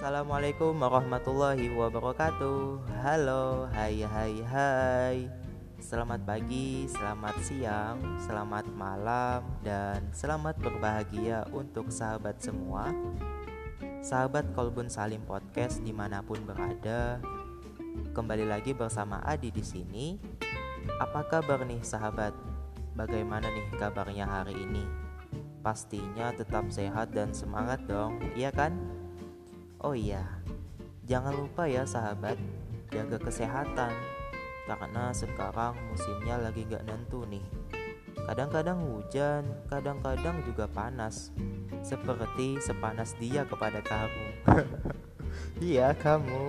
Assalamualaikum warahmatullahi wabarakatuh. Halo, hai hai hai. Selamat pagi, selamat siang, selamat malam, dan selamat berbahagia untuk sahabat semua. Sahabat Kolbun Salim Podcast dimanapun berada. Kembali lagi bersama Adi di sini. Apa kabar nih sahabat? Bagaimana nih kabarnya hari ini? Pastinya tetap sehat dan semangat dong, iya kan? Oh iya, jangan lupa ya sahabat, jaga kesehatan. Karena sekarang musimnya lagi gak nentu nih. Kadang-kadang hujan, kadang-kadang juga panas. Seperti sepanas dia kepada kamu. Iya kamu.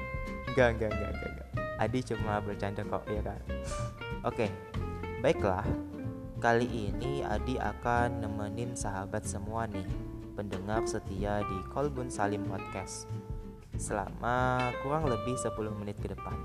Enggak. Adi cuma bercanda kok, ya kan? Oke, baiklah. Kali ini Adi akan nemenin sahabat semua nih, pendengar setia di Kolbun Salim Podcast, selama kurang lebih 10 menit ke depan.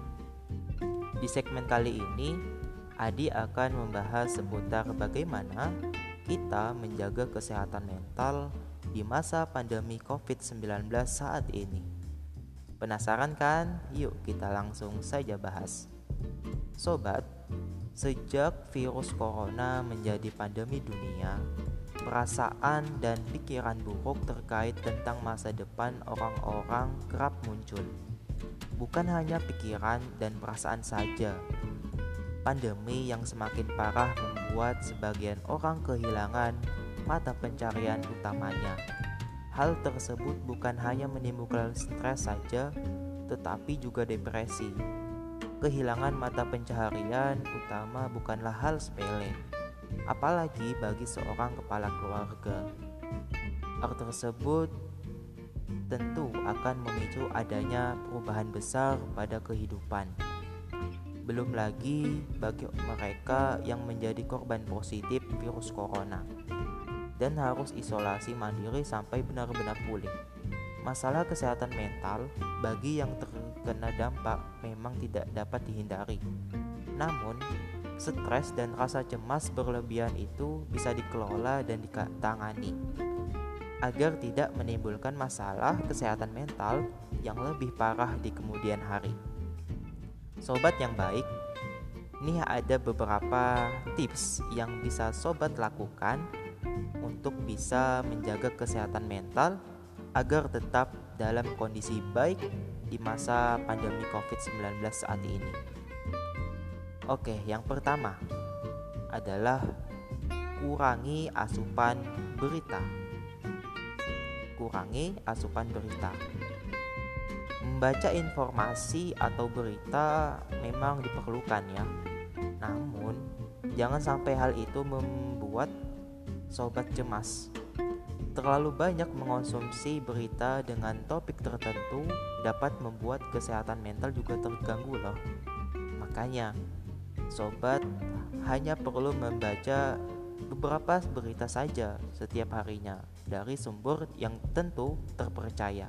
Di segmen kali ini, Adi akan membahas seputar bagaimana kita menjaga kesehatan mental di masa pandemi COVID-19 saat ini. Penasaran kan? Yuk kita langsung saja bahas. Sobat, sejak virus corona menjadi pandemi dunia, perasaan dan pikiran buruk terkait tentang masa depan orang-orang kerap muncul. Bukan hanya pikiran dan perasaan saja. Pandemi yang semakin parah membuat sebagian orang kehilangan mata pencarian utamanya. Hal tersebut bukan hanya menimbulkan stres saja, tetapi juga depresi. Kehilangan mata pencaharian utama bukanlah hal sepele, apalagi bagi seorang kepala keluarga. Hal tersebut tentu akan memicu adanya perubahan besar pada kehidupan. Belum lagi bagi mereka yang menjadi korban positif virus corona dan harus isolasi mandiri sampai benar-benar pulih. Masalah kesehatan mental bagi yang terkena dampak memang tidak dapat dihindari. Namun, stres dan rasa cemas berlebihan itu bisa dikelola dan ditangani agar tidak menimbulkan masalah kesehatan mental yang lebih parah di kemudian hari. Sobat yang baik, ini ada beberapa tips yang bisa sobat lakukan untuk bisa menjaga kesehatan mental agar tetap dalam kondisi baik di masa pandemi COVID-19 saat ini. Oke, yang pertama adalah kurangi asupan berita. Kurangi asupan berita. Membaca informasi atau berita memang diperlukan ya. Namun, jangan sampai hal itu membuat sobat cemas. Terlalu banyak mengonsumsi berita dengan topik tertentu dapat membuat kesehatan mental juga terganggu loh. Makanya, sobat hanya perlu membaca beberapa berita saja setiap harinya dari sumber yang tentu terpercaya.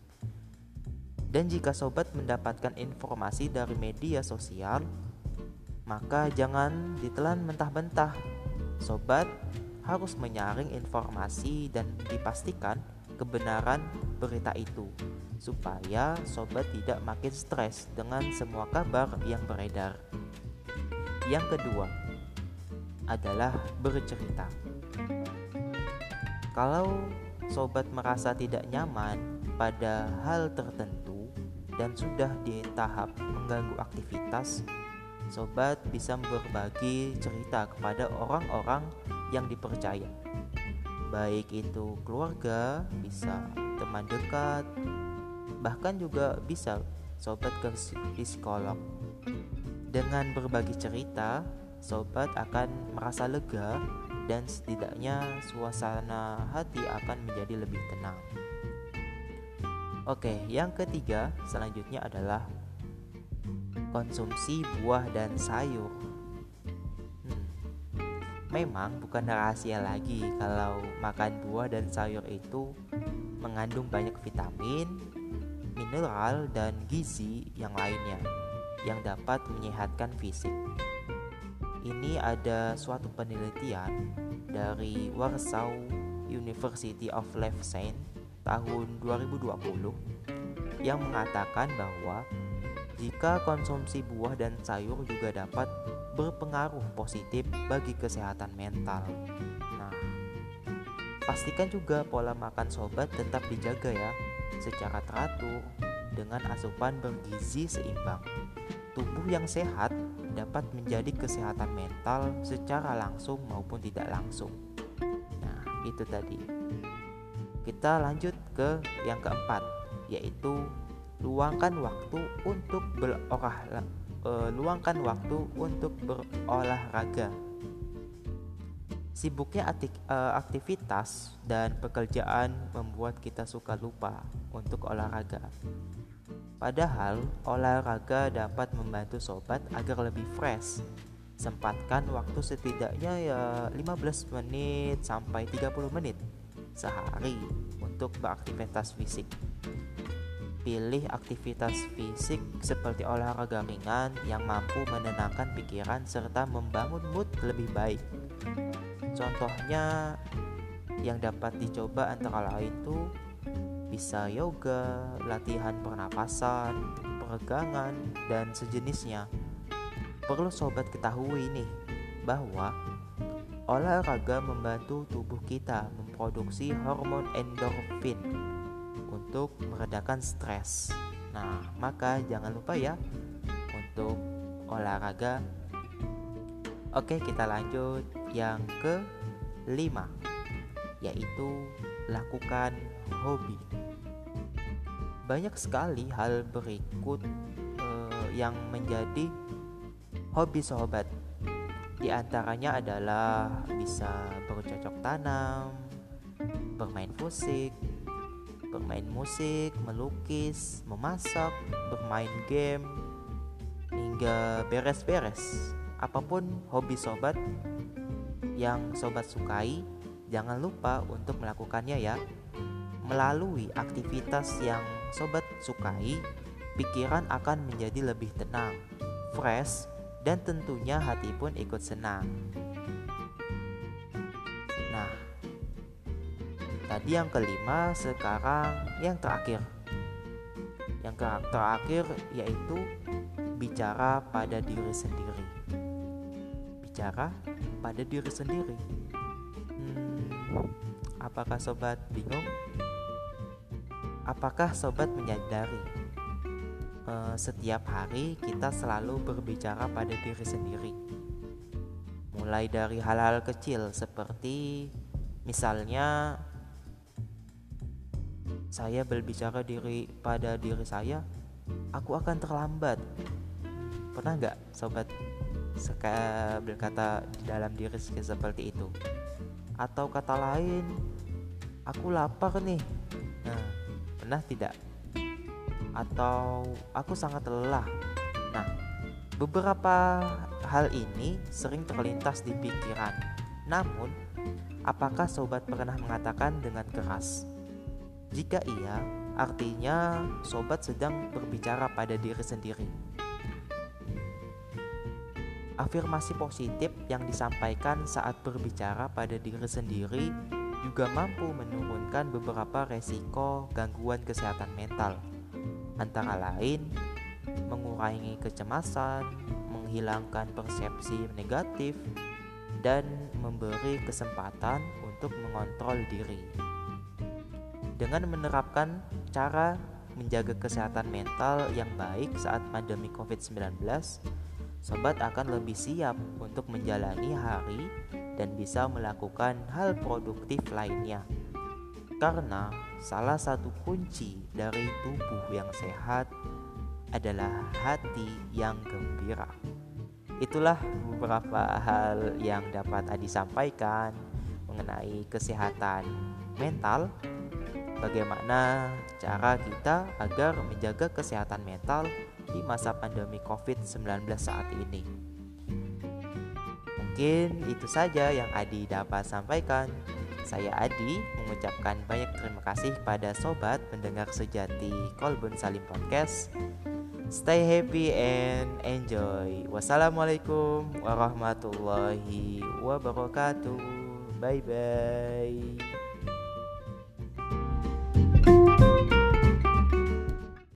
Dan jika sobat mendapatkan informasi dari media sosial, maka jangan ditelan mentah-mentah. Sobat harus menyaring informasi dan dipastikan kebenaran berita itu, supaya sobat tidak makin stres dengan semua kabar yang beredar. Yang kedua adalah bercerita. Kalau sobat merasa tidak nyaman pada hal tertentu dan sudah di tahap mengganggu aktivitas, sobat bisa berbagi cerita kepada orang-orang yang dipercaya. Baik itu keluarga, bisa teman dekat, bahkan juga bisa sobat ke psikolog. Dengan berbagi cerita, sobat akan merasa lega dan setidaknya suasana hati akan menjadi lebih tenang. Oke, yang ketiga selanjutnya adalah konsumsi buah dan sayur. Memang bukan rahasia lagi kalau makan buah dan sayur itu mengandung banyak vitamin, mineral, dan gizi yang lainnya yang dapat menyehatkan fisik. Ini ada suatu penelitian dari Warsaw University of Life Science tahun 2020 yang mengatakan bahwa jika konsumsi buah dan sayur juga dapat berpengaruh positif bagi kesehatan mental. Nah, pastikan juga pola makan sobat tetap dijaga ya, secara teratur dengan asupan bergizi seimbang. Tubuh yang sehat dapat menjadi kesehatan mental secara langsung maupun tidak langsung. Nah, itu tadi. Kita lanjut ke yang keempat, yaitu luangkan waktu untuk berolahraga. Sibuknya aktivitas dan pekerjaan membuat kita suka lupa untuk olahraga. Padahal olahraga dapat membantu sobat agar lebih fresh. Sempatkan waktu setidaknya ya 15 menit sampai 30 menit sehari untuk beraktivitas fisik. Pilih aktivitas fisik seperti olahraga ringan yang mampu menenangkan pikiran serta membangun mood lebih baik. Contohnya yang dapat dicoba antara lain tuh bisa yoga, latihan pernapasan, peregangan, dan sejenisnya. Perlu sobat ketahui nih bahwa olahraga membantu tubuh kita memproduksi hormon endorfin untuk meredakan stres. Nah, maka jangan lupa ya untuk olahraga. Oke, kita lanjut yang kelima, yaitu lakukan hobi. Banyak sekali hal berikut yang menjadi hobi sobat. Di antaranya adalah bisa bercocok tanam, bermain musik, melukis, memasak, bermain game, hingga beres-beres. Apapun hobi sobat yang sobat sukai, jangan lupa untuk melakukannya ya. Melalui aktivitas yang sobat sukai, pikiran akan menjadi lebih tenang, fresh, dan tentunya hati pun ikut senang. Nah, tadi yang kelima, sekarang yang terakhir. Yang terakhir yaitu bicara pada diri sendiri. Bicara pada diri sendiri. Apakah sobat bingung? Apakah sobat menyadari setiap hari kita selalu berbicara pada diri sendiri? Mulai dari hal-hal kecil seperti misalnya saya berbicara pada diri saya, aku akan terlambat. Pernah gak sobat berkata di dalam diri seperti itu? Atau kata lain, aku lapar nih. Nah, pernah tidak? Atau aku sangat lelah. Nah, beberapa hal ini sering terlintas di pikiran. Namun, apakah sobat pernah mengatakan dengan keras? Jika iya, artinya sobat sedang berbicara pada diri sendiri. Afirmasi positif yang disampaikan saat berbicara pada diri sendiri juga mampu menurunkan beberapa resiko gangguan kesehatan mental. Antara lain, mengurangi kecemasan, menghilangkan persepsi negatif, dan memberi kesempatan untuk mengontrol diri. Dengan menerapkan cara menjaga kesehatan mental yang baik saat pandemi COVID-19, sobat akan lebih siap untuk menjalani hari dan bisa melakukan hal produktif lainnya. Karena salah satu kunci dari tubuh yang sehat adalah hati yang gembira. Itulah beberapa hal yang dapat Adi sampaikan mengenai kesehatan mental. Bagaimana cara kita agar menjaga kesehatan mental di masa pandemi COVID-19 saat ini. Mungkin itu saja yang Adi dapat sampaikan. Saya Adi mengucapkan banyak terima kasih pada sobat pendengar sejati Kolbun Salim Podcast. Stay happy and enjoy. Wassalamualaikum warahmatullahi wabarakatuh. Bye bye.